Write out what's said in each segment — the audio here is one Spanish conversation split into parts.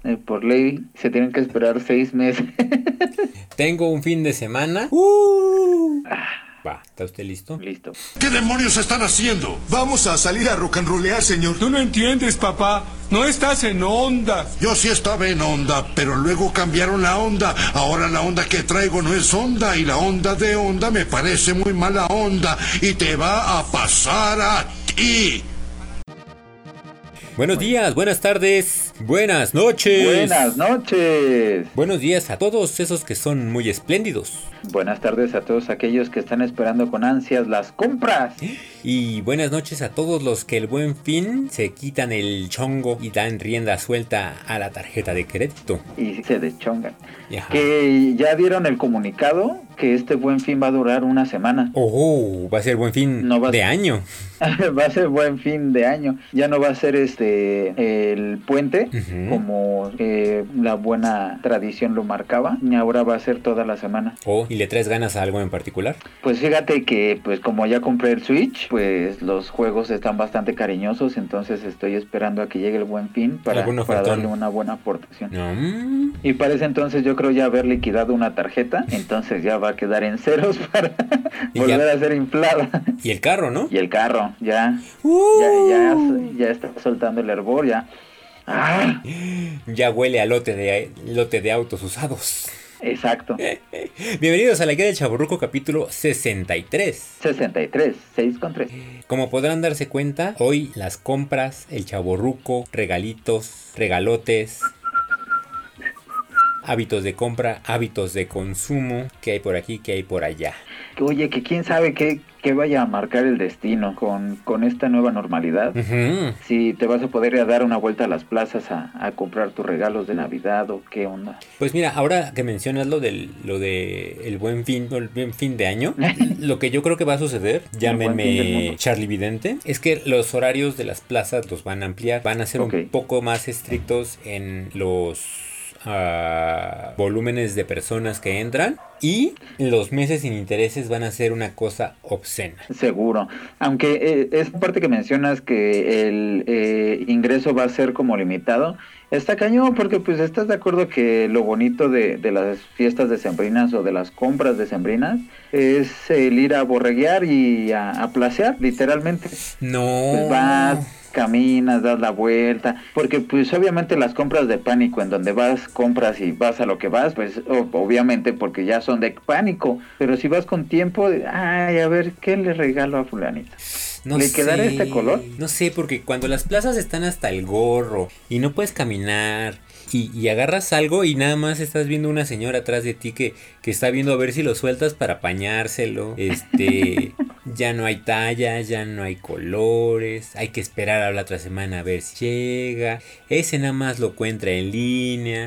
Por ley se tienen que esperar 6 meses. Tengo un fin de semana. Va, ¿está usted listo? Listo. ¿Qué demonios están haciendo? Vamos a salir a rock and rollear, señor. Tú no entiendes, papá. No estás en onda. Yo sí estaba en onda, pero luego cambiaron la onda. Ahora la onda que traigo no es onda y la onda de onda me parece muy mala onda y te va a pasar a ti. Buenos días, buenas tardes, buenas noches. Buenas noches. Buenos días a todos esos que son muy espléndidos. Buenas tardes a todos aquellos que están esperando con ansias las compras. Y buenas noches a todos los que el Buen Fin se quitan el chongo y dan rienda suelta a la tarjeta de crédito. Y se deschongan. Ajá. Que ya dieron el comunicado que este Buen Fin va a durar una semana. Oh, va a ser Buen Fin No va- de año. Va a ser Buen Fin de año. Ya no va a ser el puente, Ujú. como la buena tradición lo marcaba. Y ahora va a ser toda la semana. Oh, ¿y le traes ganas a algo en particular? Pues fíjate que pues como ya compré el Switch, pues los juegos están bastante cariñosos, entonces estoy esperando a que llegue el Buen Fin para ¿Algún ofertón? darle una buena aportación. No. Y para ese entonces yo creo ya haber liquidado una tarjeta, entonces ya va a quedar en ceros para Y volver ya- a ser inflada. Y el carro, ¿no? Y el carro, ya está soltando el hervor, ya. ¡Ah! Ya huele a lote de autos usados. Exacto. Bienvenidos a la Guía del Chavorruco, capítulo 63. 63, 6,3. Como podrán darse cuenta, hoy las compras, el chavorruco, regalitos, regalotes, hábitos de compra, hábitos de consumo, que hay por aquí, que hay por allá. Oye, que quién sabe qué vaya a marcar el destino con esta nueva normalidad. Ujú. Si te vas a poder ir a dar una vuelta a las plazas a comprar tus regalos de Navidad o qué onda. Pues mira, ahora que mencionas lo de el Buen Fin, o el Buen Fin de año, lo que yo creo que va a suceder, Buen Fin del llámenme mundo. Charlie Vidente, es que los horarios de las plazas los van a ampliar, van a ser Ok. un poco más estrictos en los volúmenes de personas que entran, y los meses sin intereses van a ser una cosa obscena. Seguro. Aunque esa parte que mencionas que el ingreso va a ser como limitado, está cañón porque pues estás de acuerdo que lo bonito de las fiestas decembrinas o de las compras decembrinas es el ir a borreguear y a placear, literalmente. No. Pues vas, caminas, das la vuelta, porque pues obviamente las compras de pánico en donde vas, compras y vas a lo que vas, pues obviamente porque ya son de pánico, pero si vas con tiempo, ay, a ver, ¿qué le regalo a fulanita? No ¿Le sé, quedará este color? No sé, porque cuando las plazas están hasta el gorro y no puedes caminar y agarras algo y nada más estás viendo una señora atrás de ti que está viendo a ver si lo sueltas para apañárselo. Ya no hay tallas, ya no hay colores, hay que esperar a la otra semana a ver si llega. Ese nada más lo encuentra en línea.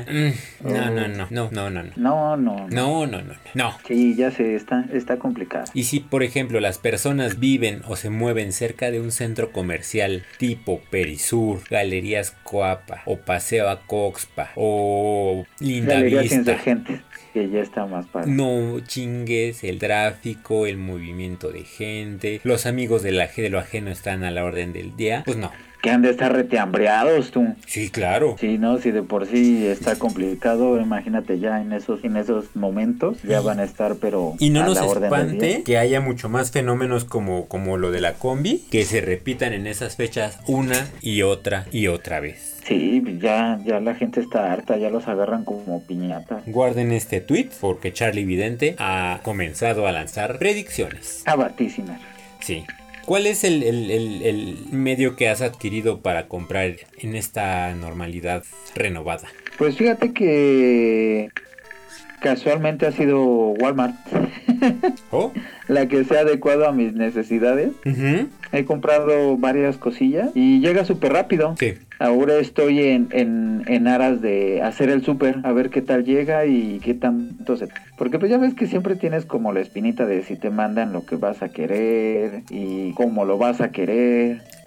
No. Sí, ya sé, está complicado. Y si, por ejemplo, las personas viven o se mueven cerca de un centro comercial tipo Perisur, Galerías Coapa, o Paseo a Coxpa, o Galerías Lindavista, Insurgentes, que ya está más padre. no chingues, el tráfico, el movimiento de gente, los amigos de lo ajeno están a la orden del día, pues no. Que han de estar reteambreados tú. Sí, claro. Sí, no, si de por sí está complicado, imagínate ya en esos momentos, ya van a estar, pero Y no a nos la orden del día. espante que haya mucho más fenómenos como lo de la combi, que se repitan en esas fechas una y otra vez. Sí, ya la gente está harta, ya los agarran como piñata. Guarden este tweet porque Charlie Vidente ha comenzado a lanzar predicciones. A vatísimas. Sí. ¿Cuál es el medio que has adquirido para comprar en esta normalidad renovada? Pues fíjate que casualmente ha sido Walmart. ¿Oh? La que se ha adecuado a mis necesidades. Uh-huh. He comprado varias cosillas y llega súper rápido. Sí. Ahora estoy en aras de hacer el súper, a ver qué tal llega y qué tanto se... Porque pues ya ves que siempre tienes como la espinita de si te mandan lo que vas a querer y cómo lo vas a querer.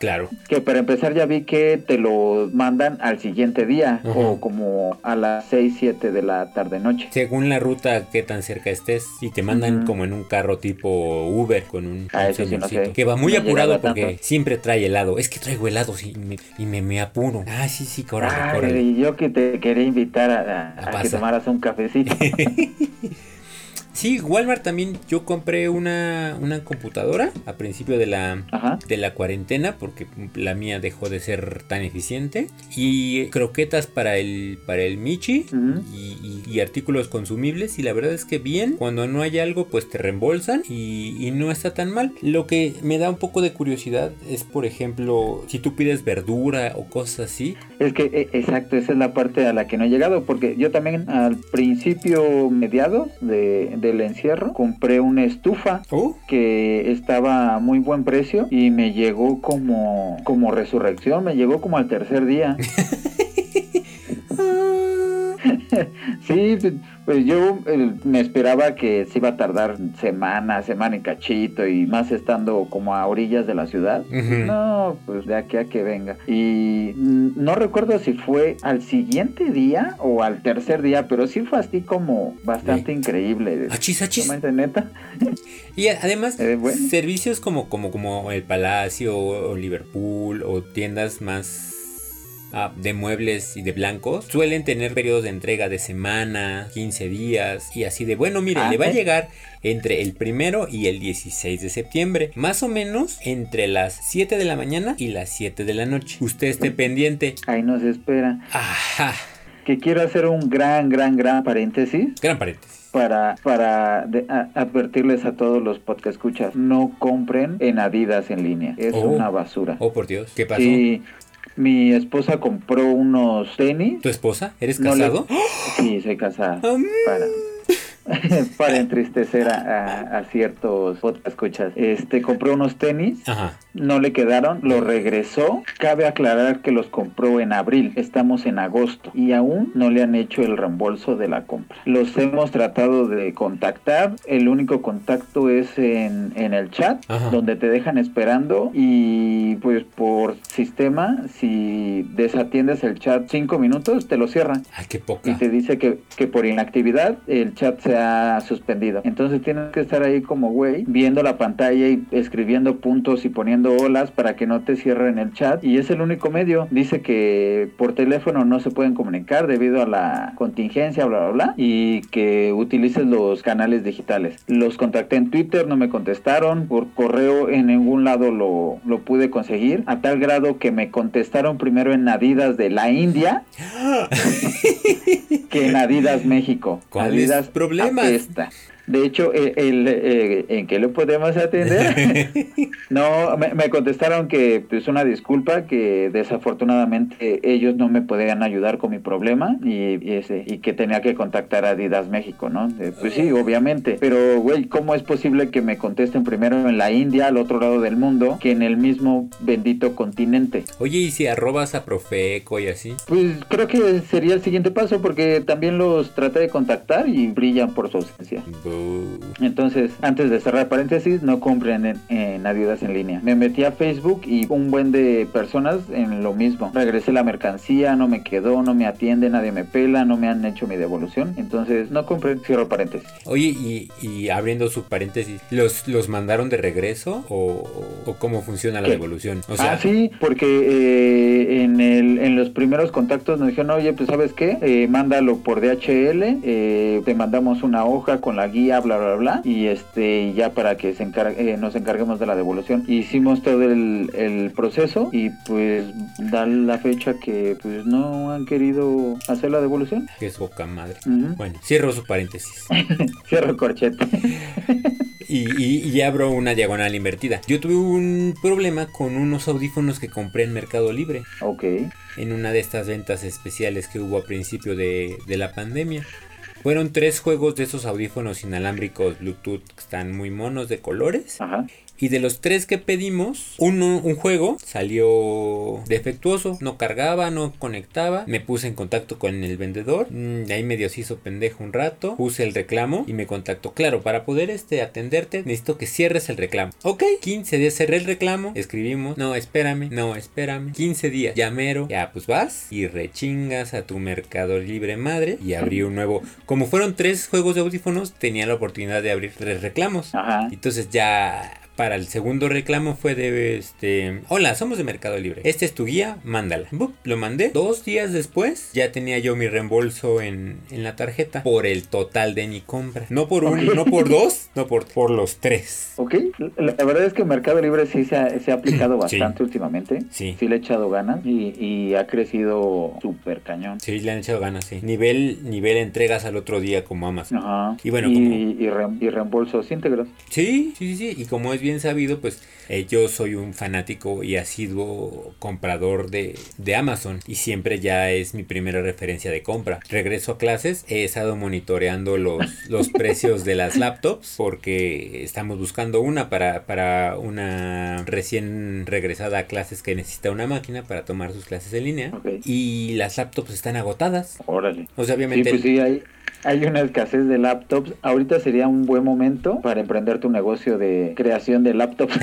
Claro. Que para empezar ya vi que te lo mandan al siguiente día, Ajá. o como a las 6, 7 de la tarde-noche. Según la ruta, qué tan cerca estés. Y te mandan como en un carro tipo Uber con un Eso sí, no señorcito sé. que va muy No he apurado llegado a porque tanto. siempre trae helado. Es que traigo helado sí, y me apuro. Ah, sí, córrele, córrele. Y yo que te quería invitar a que pasa. tomaras un cafecito. Sí, Walmart también. Yo compré una computadora a principio de Ajá. la cuarentena porque la mía dejó de ser tan eficiente. Y croquetas para el Michi. Ujú. Y artículos consumibles. Y la verdad es que bien. Cuando no hay algo, pues te reembolsan. Y no está tan mal. Lo que me da un poco de curiosidad es, por ejemplo, si tú pides verdura o cosas así. Es que, exacto, esa es la parte a la que no he llegado, porque yo también al principio, mediados del encierro, compré una estufa que estaba a muy buen precio y me llegó como resurrección, me llegó como al tercer día. Sí, pues yo me esperaba que se iba a tardar semana y cachito, y más estando como a orillas de la ciudad. Ujú. No, pues de aquí a que venga. Y no recuerdo si fue al siguiente día o al tercer día, pero sí fue así como bastante increíble. Achis. ¿No, neta? Y además, Bueno. servicios como el Palacio o Liverpool o tiendas más de muebles y de blancos suelen tener periodos de entrega de semana, 15 días y así de, bueno, mire, le va a llegar entre el 1 y el 16 de septiembre, más o menos entre las 7 de la mañana y las 7 de la noche. Usted esté pendiente. Ahí nos espera. Ajá. Que quiero hacer un gran paréntesis. Gran paréntesis. Para advertirles a todos los podcast escuchas, no compren en Adidas en línea, es una basura. Oh, por Dios, ¿qué pasó? Sí, mi esposa compró unos tenis. ¿Tu esposa? ¿Eres casado? Sí, soy casada. Para entristecer a ciertos podcast escuchas. Compró unos tenis. Ajá. No le quedaron, los regresó. Cabe aclarar que los compró en abril, estamos en agosto y aún no le han hecho el reembolso de la compra. Los hemos tratado de contactar, el único contacto es en el chat. Ajá. Donde te dejan esperando, y pues por sistema, si desatiendes el chat 5 minutos, te lo cierran. Ay, qué poca. Y te dice que por inactividad el chat se ha suspendido. Entonces tienes que estar ahí como güey, viendo la pantalla y escribiendo puntos y poniendo olas para que no te cierren el chat, y es el único medio. Dice que por teléfono no se pueden comunicar debido a la contingencia, bla bla bla, y que utilices los canales digitales. Los contacté en Twitter, no me contestaron. Por correo en ningún lado lo pude conseguir, a tal grado que me contestaron primero en Adidas de la India que en Adidas México. ¿Cuáles Adidas problemas? Apesta. De hecho, ¿en qué le podemos atender? No, me contestaron que pues una disculpa, que desafortunadamente ellos no me podían ayudar con mi problema, y que tenía que contactar a Adidas México, ¿no? Pues sí, obviamente, pero güey, ¿cómo es posible que me contesten primero en la India, al otro lado del mundo, que en el mismo bendito continente? Oye, ¿y si arrobas a Profeco y así? Pues creo que sería el siguiente paso, porque también los traté de contactar y brillan por su ausencia. Entonces, antes de cerrar paréntesis, no compren en Adidas en línea. Me metí a Facebook y un buen de personas en lo mismo. Regresé la mercancía, no me quedó, no me atiende, nadie me pela, no me han hecho mi devolución. Entonces, no compren, cierro paréntesis. Oye, y abriendo su paréntesis, ¿los mandaron de regreso o cómo funciona la devolución? O sea, sí, porque en los primeros contactos nos dijeron, oye, pues ¿sabes qué? Mándalo por DHL, te mandamos una hoja con la guía, bla bla bla, y ya para que nos encarguemos de la devolución. Hicimos todo el proceso, y pues da la fecha que pues no han querido hacer la devolución. Que es poca madre. Uh-huh. Bueno, cierro su paréntesis. Cierro corchete. Y abro una diagonal invertida. Yo tuve un problema con unos audífonos que compré en Mercado Libre. Ok. En una de estas ventas especiales que hubo a principio de la pandemia. Fueron 3 juegos de esos audífonos inalámbricos Bluetooth que están muy monos de colores. Ajá. Y de los 3 que pedimos, un juego salió defectuoso, no cargaba, no conectaba. Me puse en contacto con el vendedor, ahí medio se hizo pendejo un rato, puse el reclamo y me contactó. Claro, para poder atenderte necesito que cierres el reclamo. Ok, 15 días cerré el reclamo, escribimos, no, espérame, 15 días, ya mero, ya pues vas y rechingas a tu Mercado Libre madre y abrí un nuevo. Como fueron 3 juegos de audífonos, tenía la oportunidad de abrir 3 reclamos. Ajá. Entonces ya para el segundo reclamo fue de hola, somos de Mercado Libre, este es tu guía, mándala. ¡Bup! Lo mandé. 2 días después ya tenía yo mi reembolso en la tarjeta por el total de mi compra. No por uno, no por 2, no por los 3. Ok, la verdad es que Mercado Libre sí se ha aplicado bastante Sí. últimamente. Sí. Sí le ha echado ganas y ha crecido súper cañón. Sí, le han echado ganas, sí. Nivel entregas al otro día como Amazon. Ajá. Y bueno, y reembolsos íntegros. Sí. Y como es bien sabido, pues yo soy un fanático y asiduo comprador de Amazon. Y siempre ya es mi primera referencia de compra. Regreso a clases, he estado monitoreando los precios de las laptops. Porque estamos buscando una para una recién regresada a clases que necesita una máquina para tomar sus clases en línea. Okay. Y las laptops están agotadas. Órale. O sea, obviamente... Sí, pues sí, hay una escasez de laptops. Ahorita sería un buen momento para emprender tu negocio de creación de laptops.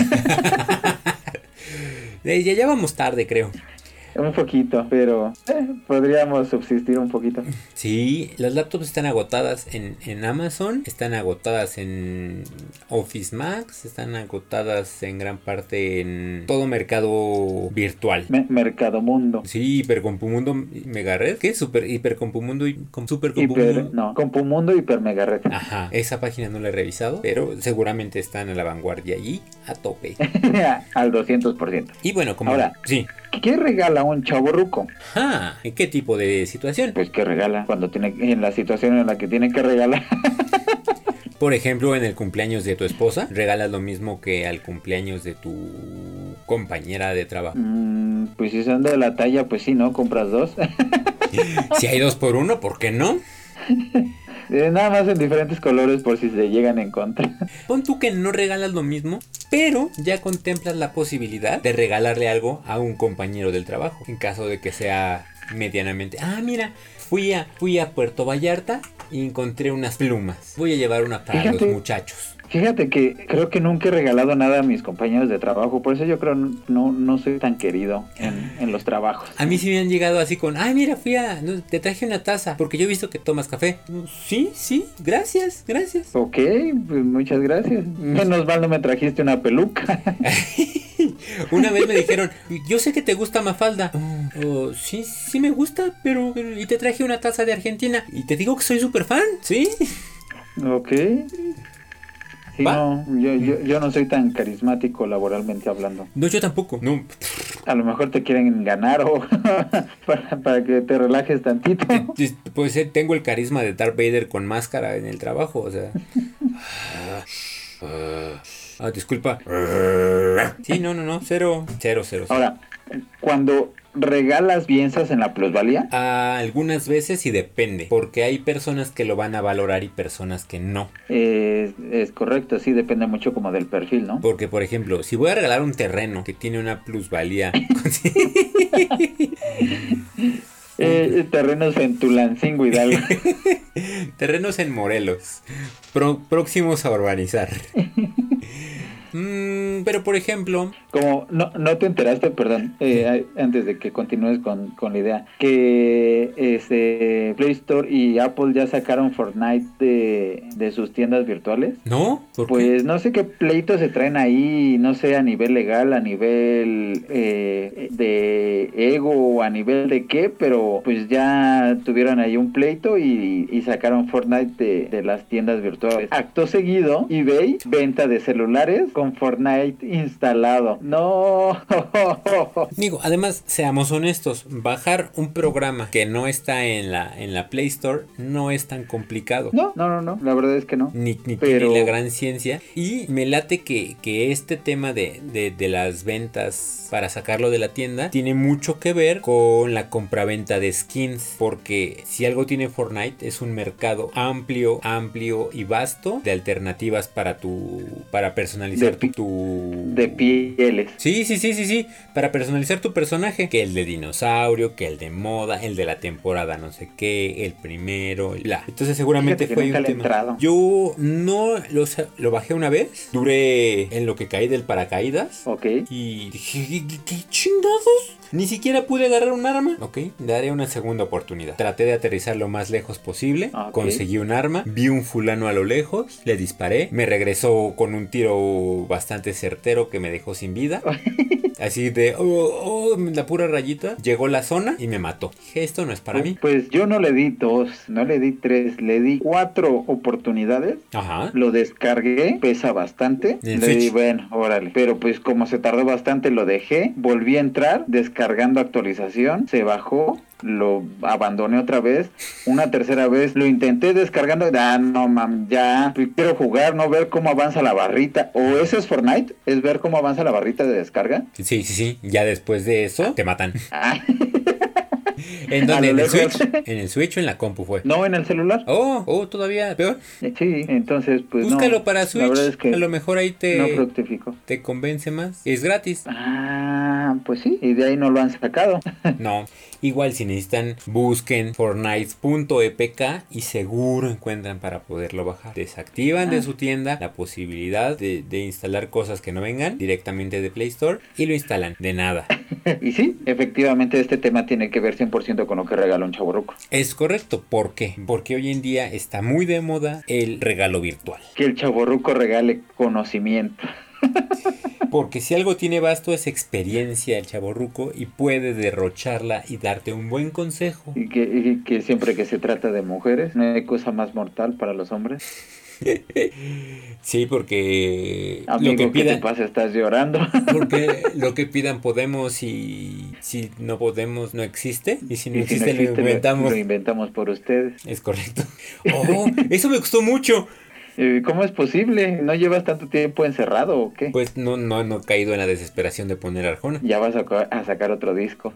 Ya vamos tarde, creo. Un poquito, pero podríamos subsistir un poquito. Sí, las laptops están agotadas en Amazon, están agotadas en Office Max, están agotadas en gran parte en todo mercado virtual. Mercadomundo. Sí, Hipercompumundo Megared. ¿Qué? Hipercompumundo y Supercompumundo. No, Compumundo Hipermegared. Ajá, esa página no la he revisado, pero seguramente están a la vanguardia y a tope. Al 200%. Y bueno, como... Ahora, sí. ¿qué regala un chavorruco? Ajá, ¿en qué tipo de situación? Pues que regala cuando tiene, en la situación en la que tiene que regalar. Por ejemplo, en el cumpleaños de tu esposa, ¿regalas lo mismo que al cumpleaños de tu compañera de trabajo? Pues si son de la talla, pues sí, ¿no? Compras 2. Si hay 2 por 1, ¿por qué no? Nada más en diferentes colores por si se llegan en contra. Pon tú que no regalas lo mismo, pero ya contemplas la posibilidad de regalarle algo a un compañero del trabajo. En caso de que sea medianamente... Ah, mira, fui a Puerto Vallarta y encontré unas plumas. Voy a llevar una para los muchachos. Fíjate que creo que nunca he regalado nada a mis compañeros de trabajo, por eso yo creo no soy tan querido en los trabajos. A mí sí me han llegado así con, ay mira, te traje una taza, porque yo he visto que tomas café. Sí, gracias. Ok, pues muchas gracias. Menos mal no me trajiste una peluca. Una vez me dijeron, yo sé que te gusta Mafalda. Sí me gusta, pero y te traje una taza de Argentina. Y te digo que soy súper fan, ¿sí? Ok. Sí, no, yo no soy tan carismático laboralmente hablando. No, yo tampoco. No. A lo mejor te quieren ganar o para que te relajes tantito. Puede ser, tengo el carisma de Darth Vader con máscara en el trabajo, o sea. Disculpa. Sí, no, cero. Ahora, cuando regalas, ¿piensas en la plusvalía? Algunas veces y depende, porque hay personas que lo van a valorar y personas que no. Es correcto, sí, depende mucho como del perfil, ¿no? Porque, por ejemplo, si voy a regalar un terreno que tiene una plusvalía... terrenos en Tulancingo, Hidalgo. Terrenos en Morelos, próximos a urbanizar. Pero por ejemplo, como no te enteraste, perdón, antes de que continúes con la idea, que Play Store y Apple ya sacaron Fortnite de sus tiendas virtuales. ¿No? Pues no sé qué pleitos se traen ahí, no sé, a nivel legal, a nivel de ego o a nivel de qué, pero pues ya tuvieron ahí un pleito y sacaron Fortnite de las tiendas virtuales. Acto seguido, eBay, venta de celulares con Fortnite instalado. No. Digo, además, seamos honestos, bajar un programa que no está en la Play Store no es tan complicado. No, la verdad es que no. Ni tiene la gran ciencia. Y me late que este tema de las ventas para sacarlo de la tienda tiene mucho que ver con la compraventa de skins, porque si algo tiene Fortnite es un mercado amplio y vasto de alternativas para personalizar personalizar tu... De pieles. Sí, para personalizar tu personaje, que el de dinosaurio, que el de moda, el de la temporada no sé qué, el primero, bla. Entonces seguramente Fíjate que fue nunca un le he tema. entrado. Yo no lo bajé una vez, duré en lo que caí del paracaídas. Ok. Y dije, ¿qué chingados? Ni siquiera pude agarrar un arma. Ok, daré una segunda oportunidad. Traté de aterrizar lo más lejos posible. Ok. Conseguí un arma. Vi un fulano a lo lejos. Le disparé. Me regresó con un tiro bastante certero que me dejó sin vida. Así de, la pura rayita. Llegó la zona y me mató. Dije, esto no es para mí. Pues yo no le di 2, no le di 3, le di 4 oportunidades. Ajá. Lo descargué, pesa bastante. En Le Switch. di, bueno, órale. Pero pues como se tardó bastante, lo dejé. Volví a entrar, descargando actualización. Se bajó, lo abandoné otra vez. Una tercera vez lo intenté descargando. No, mam, ya quiero jugar, no ver cómo avanza la barrita. O eso es Fortnite, es ver cómo avanza la barrita de descarga. Sí. Ya después de eso, te matan. Ah, ¿En dónde? A ¿En lo el lejos. Switch? ¿En el Switch o en la compu fue? no, en el celular. Todavía peor. Sí, entonces pues Búscalo no. para La Switch. verdad es que A lo mejor ahí no fructificó. te convence más. Es gratis. Ah, pues sí, y de ahí no lo han sacado. No. Igual si necesitan, busquen Fortnite.epk y seguro encuentran para poderlo bajar. Desactivan de su tienda la posibilidad de instalar cosas que no vengan directamente de Play Store y lo instalan. De nada. Y sí, efectivamente este tema tiene que ver 100% con lo que regala un chavorruco. Es correcto. ¿Por qué? Porque hoy en día está muy de moda el regalo virtual. Que el chavorruco regale conocimiento. Porque si algo tiene vasto es experiencia el chavorruco y puede derrocharla y darte un buen consejo. Y que siempre que se trata de mujeres, no hay cosa más mortal para los hombres. Sí, porque Amigo, lo que ¿qué te pidan, pasa? ¿Estás llorando? porque lo que pidan podemos y si no podemos no existe y si no Y si no existe, existe, lo inventamos. lo inventamos por ustedes. Es correcto. Eso me gustó mucho. ¿Cómo es posible? ¿No llevas tanto tiempo encerrado o qué? Pues no he caído en la desesperación de poner Arjona. Ya vas a sacar otro disco.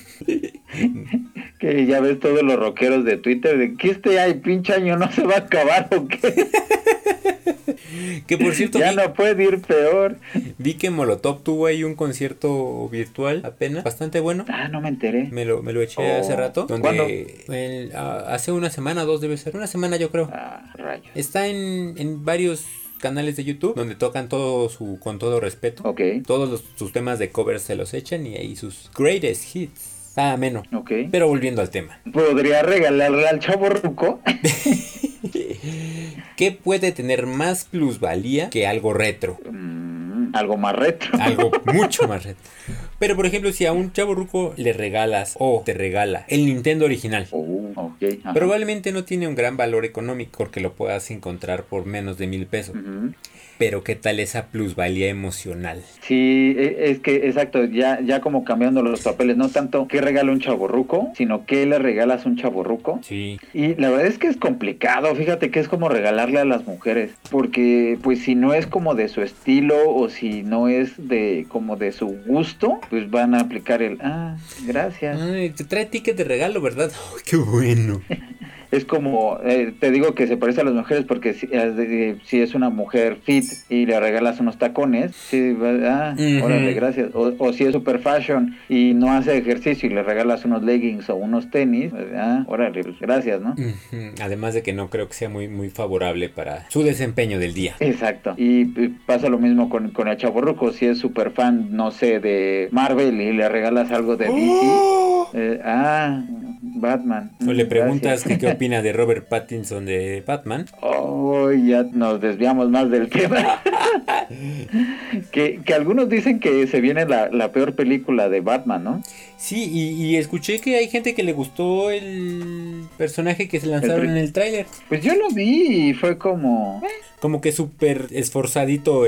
Que ya ves todos los rockeros de Twitter de que pinche año no se va a acabar o qué. Que por cierto Ya no puede ir peor. vi que Molotov tuvo ahí un concierto virtual apenas, bastante bueno. Ah, no me enteré. Me lo eché hace rato. ¿Cuándo? Hace una semana, 2 debe ser. Una semana yo creo. Ah, rayos. Está en varios canales de YouTube donde tocan con todo respeto. Ok, Sus temas de covers se los echan y ahí sus greatest hits. Está ameno. ok. Pero volviendo al tema. ¿Podría regalarle al chavorruco? ¿Qué puede tener más plusvalía que algo retro? Algo más retro. Algo mucho más retro. Pero por ejemplo, si a un chavorruco le regalas o te regala el Nintendo original, Ok. Ajá. probablemente no tiene un gran valor económico porque lo puedas encontrar por menos de 1,000 pesos. Ujú. Pero ¿qué tal esa plusvalía emocional? Sí, es que exacto, ya como cambiando los papeles, no tanto qué regala un chavorruco, sino qué le regalas a un chavorruco. Sí. Y la verdad es que es complicado, fíjate que es como regalarle a las mujeres, porque pues si no es como de su estilo o si no es como de su gusto, pues van a aplicar gracias. Ay, te trae ticket de regalo, ¿verdad? Oh, qué bueno. Es como, te digo que se parece a las mujeres porque si es una mujer fit y le regalas unos tacones, sí, órale, gracias. O si es super fashion y no hace ejercicio y le regalas unos leggings o unos tenis, órale, pues, gracias, ¿no? Además de que no creo que sea muy, muy favorable para su desempeño del día. Exacto. Y pasa lo mismo con el chavorruco, si es super fan, no sé, de Marvel y le regalas algo de DC. Batman. O le preguntas Gracias. qué opina de Robert Pattinson de Batman. Oh, ya nos desviamos más del tema. que algunos dicen que se viene la peor película de Batman, ¿no? Sí, y escuché que hay gente que le gustó el personaje que se lanzaron en el tráiler. Pues yo lo vi y fue como... Como que súper esforzadito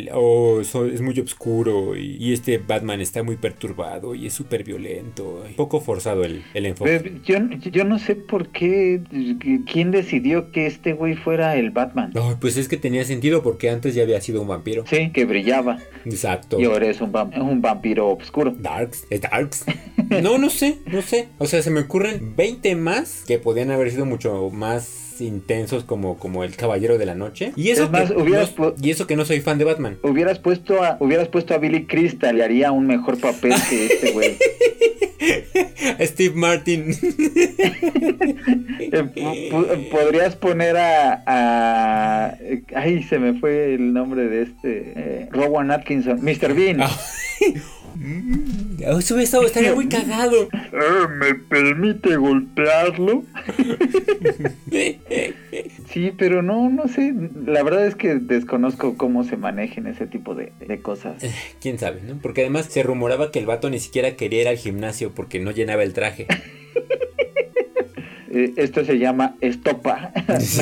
es muy oscuro y este Batman está muy perturbado y es súper violento. Un poco forzado el enfoque. Yo no sé por qué, quién decidió que este güey fuera el Batman. No, pues es que tenía sentido porque antes ya había sido un vampiro. Sí, que brillaba. Exacto. Y ahora es un vampiro oscuro. Darks. No sé. O sea, se me ocurren 20 más que podían haber sido mucho más intensos como el Caballero de la Noche. Y eso, Es más, y eso que no soy fan de Batman. Hubieras puesto a Billy Crystal y haría un mejor papel que este güey. Steve Martin. Podrías poner ay, se me fue el nombre de Rowan Atkinson, Mr. Bean. Eso estaría muy cagado. ¿Me permite golpearlo? Sí, pero no sé. La verdad es que desconozco cómo se manejen ese tipo de cosas. Quién sabe, ¿no? Porque además se rumoraba que el vato ni siquiera quería ir al gimnasio porque no llenaba el traje. Esto se llama estopa.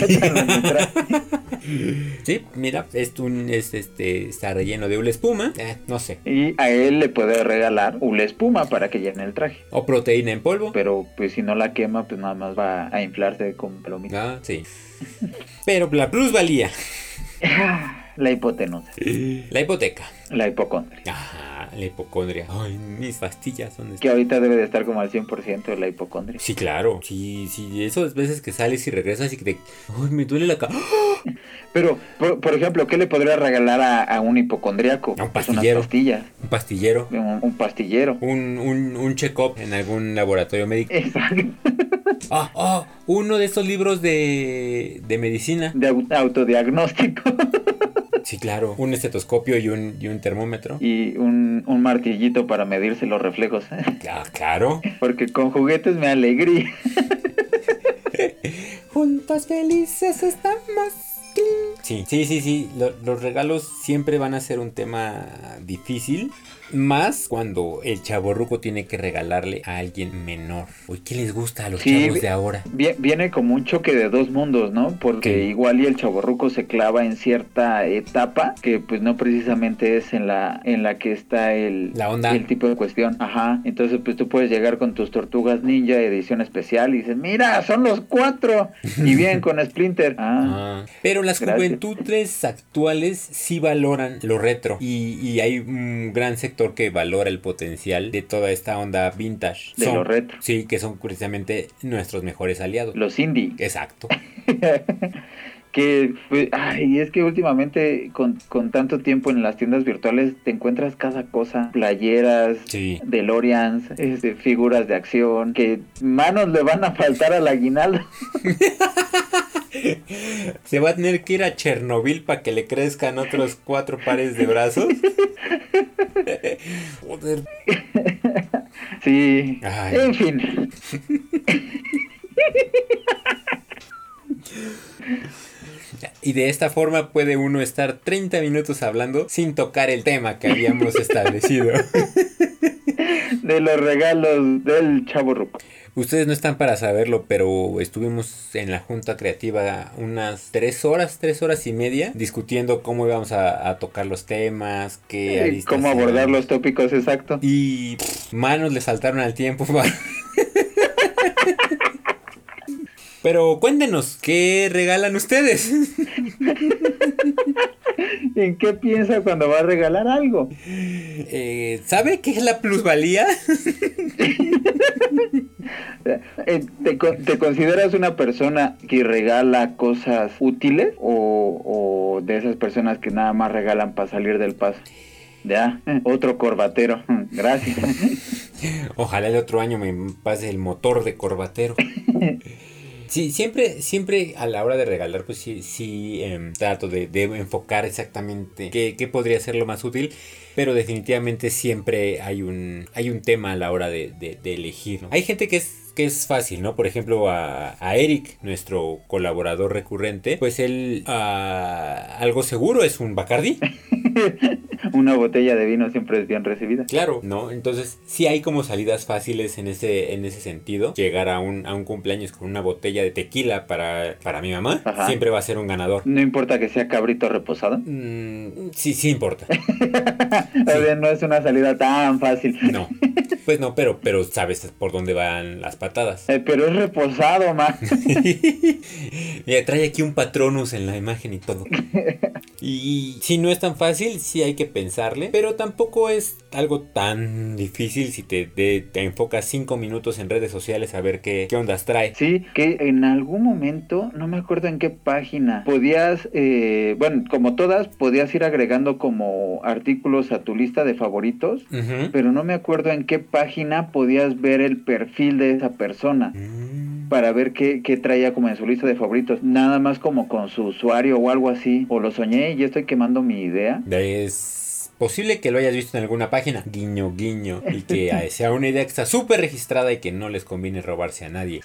Sí, mira, está relleno de hule espuma, no sé. Y a él le puede regalar hule espuma para que llene el traje. O proteína en polvo. Pero pues si no la quema, pues nada más va a inflarse con palomitas. Ah, sí. Pero la plusvalía. La hipotenusa. La hipoteca. La hipocondria. Ajá, la hipocondria. Ay, mis pastillas son... Que ahorita debe de estar como al 100% de la hipocondria. Sí, claro. Sí, esas veces que sales y regresas y que te... Ay, me duele la cabeza. Pero, por ejemplo, ¿qué le podría regalar a un hipocondriaco? A un pastillero. Unas pastillas. Un pastillero. Un pastillero. Un check-up en algún laboratorio médico. Exacto. Uno de esos libros de medicina. De autodiagnóstico. Sí, claro. Un estetoscopio y un termómetro. Y un martillito para medirse los reflejos. Ah, claro. Porque con juguetes me alegría. Juntos felices estamos. Sí. Los regalos siempre van a ser un tema difícil. Más cuando el chavorruco tiene que regalarle a alguien menor. Uy, ¿qué les gusta a los chavos de ahora? Viene como un choque de dos mundos, ¿no? Porque igual y el chavorruco se clava en cierta etapa que pues no precisamente es en la que está la onda, el tipo de cuestión. Ajá. Entonces pues tú puedes llegar con tus Tortugas Ninja edición especial y dices, mira, son los 4. Y bien con Splinter. Pero las juventudes actuales sí valoran lo retro. Y hay un gran sector que valora el potencial de toda esta onda vintage. De lo retro. Sí, que son precisamente nuestros mejores aliados. Los indie. Exacto. Que, pues, es que últimamente con tanto tiempo en las tiendas virtuales te encuentras cada cosa, playeras, DeLoreans, figuras de acción, que manos le van a faltar al aguinaldo. Se va a tener que ir a Chernobyl para que le crezcan otros 4 pares de brazos. Joder. Sí. En fin. Y de esta forma puede uno estar 30 minutos hablando sin tocar el tema que habíamos establecido. De los regalos del chavorruco. Ustedes no están para saberlo, pero estuvimos en la junta creativa unas 3 horas y media discutiendo cómo íbamos a tocar los temas, cómo abordar los tópicos, exacto. Y manos le saltaron al tiempo. Pero cuéntenos, ¿qué regalan ustedes? ¿En qué piensa cuando va a regalar algo? ¿Sabe qué es la plusvalía? ¿Te consideras una persona que regala cosas útiles o de esas personas que nada más regalan para salir del paso? Ya, otro corbatero, gracias. Ojalá el otro año me pase el motor de corbatero. Sí, siempre a la hora de regalar, pues sí trato de enfocar exactamente qué podría ser lo más útil, pero definitivamente siempre hay un tema a la hora de elegir, ¿no? Hay gente que es fácil, ¿no? Por ejemplo, a Eric, nuestro colaborador recurrente, pues él algo seguro es un Bacardí. Una botella de vino siempre es bien recibida. Claro, ¿no? Entonces sí hay como salidas fáciles en ese sentido. Llegar a un cumpleaños con una botella de tequila para mi mamá, ajá, siempre va a ser un ganador. ¿No importa que sea cabrito reposado? Sí importa. O sea, no es una salida tan fácil. No, pues no, pero sabes por dónde van las patadas. Pero es reposado, man. Mira, trae aquí un Patronus en la imagen y todo. Y si no es tan fácil, sí hay que pensarle, pero tampoco es algo tan difícil si te enfocas 5 minutos en redes sociales a ver qué ondas trae. Sí, que en algún momento, no me acuerdo en qué página, podías, bueno, como todas, podías ir agregando como artículos a tu lista de favoritos, pero no me acuerdo en qué página podías ver el perfil de esa persona. Para ver qué traía como en su lista de favoritos, nada más como con su usuario o algo así, o lo soñé y ya estoy quemando mi idea. Es posible que lo hayas visto en alguna página, guiño, guiño, y que sea una idea que está súper registrada y que no les conviene robarse a nadie.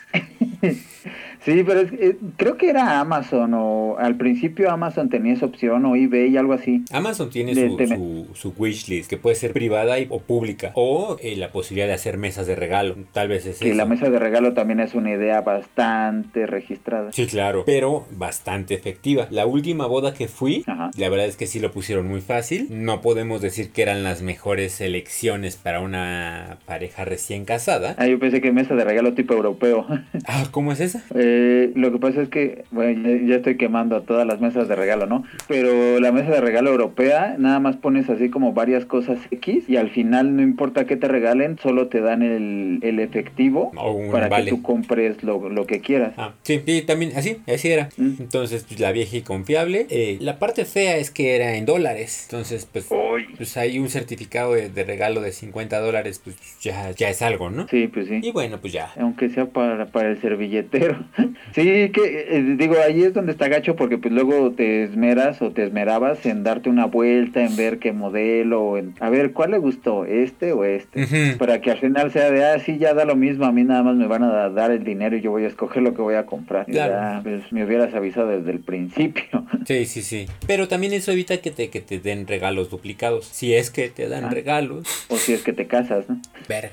Sí, pero creo que era Amazon, o al principio Amazon tenía esa opción, o eBay, algo así. Amazon tiene su wishlist, que puede ser privada o pública, o la posibilidad de hacer mesas de regalo, tal vez es eso. Sí, la mesa de regalo también es una idea bastante registrada. Sí, claro, pero bastante efectiva. La última boda que fui, la verdad es que sí lo pusieron muy fácil. No podemos decir que eran las mejores elecciones para una pareja recién casada. Yo pensé que mesa de regalo tipo europeo. ¿Cómo es esa? Lo que pasa es que, bueno, ya estoy quemando todas las mesas de regalo, ¿no? Pero la mesa de regalo europea, nada más pones así como varias cosas X y al final no importa qué te regalen, solo te dan el efectivo para que tú compres lo que quieras. Sí, también así era. Entonces, pues la vieja y confiable. La parte fea es que era en dólares. Entonces, pues hay un certificado de regalo de $50, pues ya es algo, ¿no? Sí, pues sí. Y bueno, pues ya. Aunque sea para el servilletero. Sí, que digo, ahí es donde está gacho porque pues luego te esmeras o te esmerabas en darte una vuelta, en ver qué modelo, a ver cuál le gustó, este o este, para que al final sea de, sí, ya da lo mismo, a mí nada más me van a dar el dinero y yo voy a escoger lo que voy a comprar. Claro. Ya, pues me hubieras avisado desde el principio. Sí. Pero también eso evita que te den regalos duplicados, si es que te dan regalos. O si es que te casas, ¿no? Verga.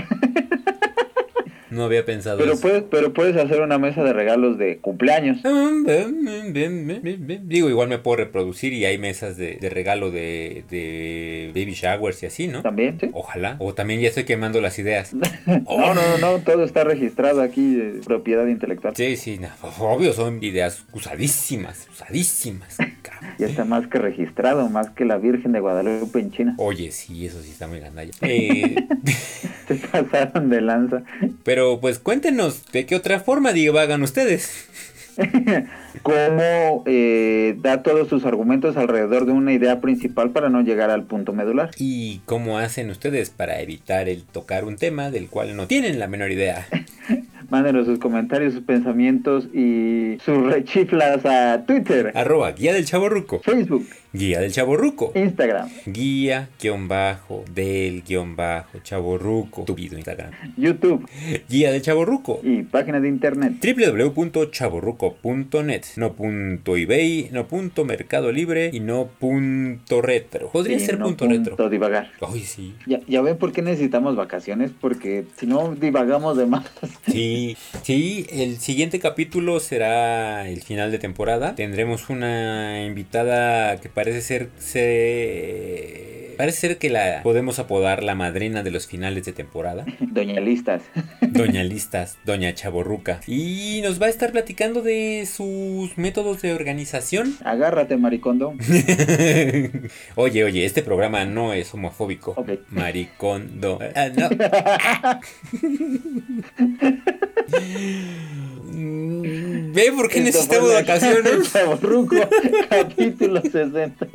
No había pensado eso. Pero puedes hacer una mesa de regalos de cumpleaños. Digo, igual me puedo reproducir y hay mesas de regalo de baby showers y así, ¿no? También, sí. Ojalá. O también ya estoy quemando las ideas. No, todo está registrado aquí de propiedad intelectual. Sí, no, obvio, son ideas usadísimas. Ya está más que registrado, más que la Virgen de Guadalupe en China. Oye, sí, eso sí está muy gandalla. Se pasaron de lanza. Pero pues cuéntenos, ¿de qué otra forma divagan ustedes? Cómo da todos sus argumentos alrededor de una idea principal para no llegar al punto medular. ¿Y cómo hacen ustedes para evitar el tocar un tema del cual no tienen la menor idea? Mándenos sus comentarios, sus pensamientos y sus rechiflas a Twitter. @Guía del Chavorruco. Facebook. Guía del Chavorruco. Instagram. Guía_del_Chavorruco. Tu video Instagram. YouTube. Guía del Chavorruco. Y página de internet. www.chavorruco.net. No .ebay, no .mercado libre y no .retro. Podría ser .retro. Divagar. Ay, sí. Ya ven por qué necesitamos vacaciones, porque si no divagamos de más. Sí, el siguiente capítulo será el final de temporada. Tendremos una invitada que parece ser que la podemos apodar la madrina de los finales de temporada. Doña Listas, Doña Chavorruca. Y nos va a estar platicando de sus métodos de organización. Agárrate, maricondo. Oye, este programa no es homofóbico. Okay. Maricondo. No. ¿Ve por qué necesitamos vacaciones? Chavorruco, capítulo 60.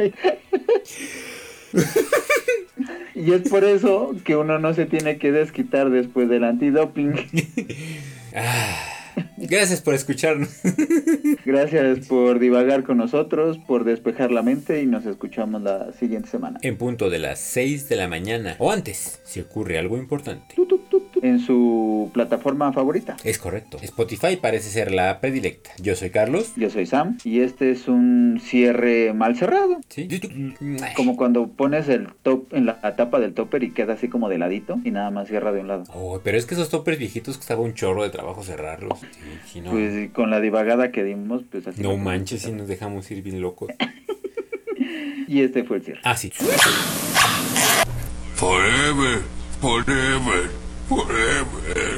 Y es por eso que uno no se tiene que desquitar después del antidoping. Gracias por escucharnos. Gracias por divagar con nosotros, por despejar la mente y nos escuchamos la siguiente semana. En punto de las 6 de la mañana o antes, si ocurre algo importante. En su plataforma favorita. Es correcto. Spotify parece ser la predilecta. Yo soy Carlos. Yo soy Sam. Y este es un cierre mal cerrado. ¿Sí? Como cuando pones el top en la tapa del topper y queda así como de ladito y nada más cierra de un lado. Pero es que esos toppers viejitos costaba un chorro de trabajo cerrarlos. Sí, no. Pues con la divagada que dimos, pues así. No manches, si nos dejamos ir bien locos. Y este fue el cierre. Sí. Forever.